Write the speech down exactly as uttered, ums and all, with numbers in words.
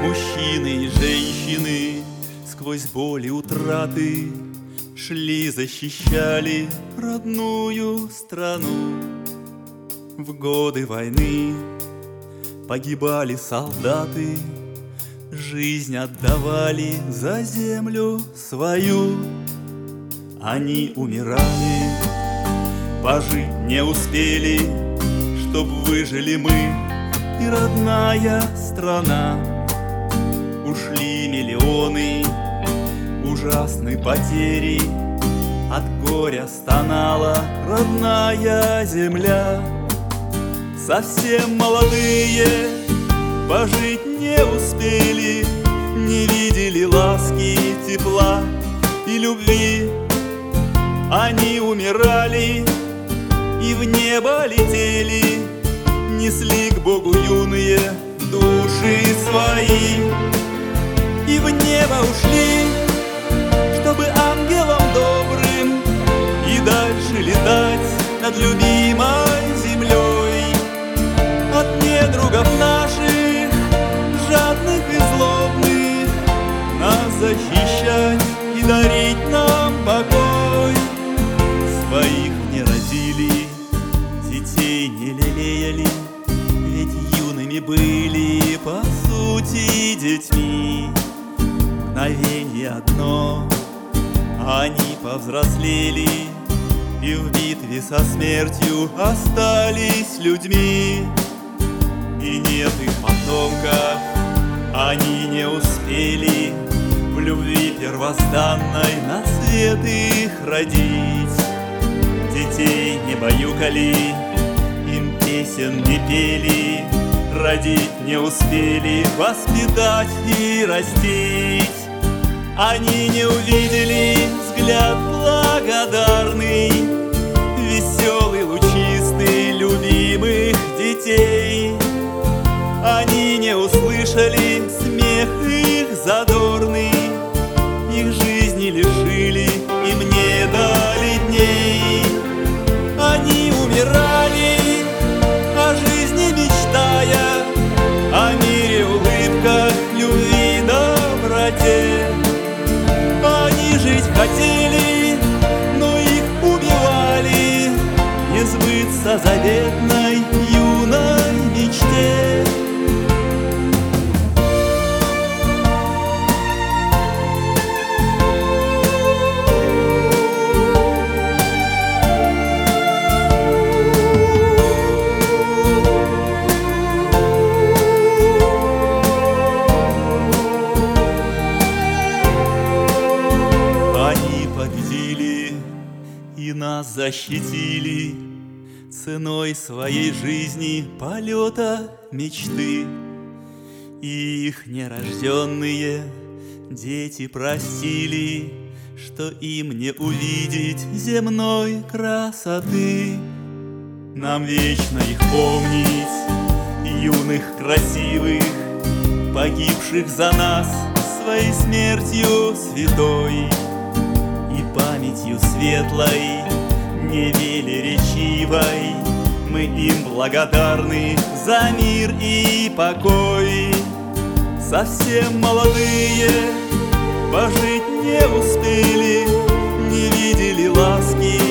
Мужчины и женщины сквозь боли утраты шли, защищали родную страну. В годы войны погибали солдаты, жизнь отдавали за землю свою. Они умирали, пожить не успели, чтоб выжили мы и родная страна. Ушли миллионы, ужасной потери, от горя стонала родная земля. Совсем молодые пожить не успели, не видели ласки, тепла и любви. Они умирали и в небо летели, несли к Богу юные души свои. И в небо ушли, чтобы ангелом добрым и дальше летать над любимой землей. От недругов наших, жадных и злобных, нас защищать и дарить нам покой. Своих не родили, детей не лелеяли, ведь юными были, по сути, детьми. Мгновенье одно, они повзрослели и в битве со смертью остались людьми. И нет их потомков, они не успели в любви первозданной на свет их родить. Детей не баюкали, им песен не пели, родить не успели, воспитать и растить. Они не увидели взгляд благодарный, веселый, лучистый, любимых детей. Они не услышали смех их задорный, их жизни лишили, им не дали дней. Они умирали, о жизни мечтая, о мире, улыбках, любви, доброте. Они жить хотели, но их убивали, не сбыться заветной юной мечте. И нас защитили ценой своей жизни, полета мечты. И их нерожденные дети простили, что им не увидеть земной красоты. Нам вечно их помнить, юных, красивых, погибших за нас своей смертью святой. И памятью светлой, не велеречивой, мы им благодарны за мир и покой. Совсем молодые пожить не успели, не видели ласки,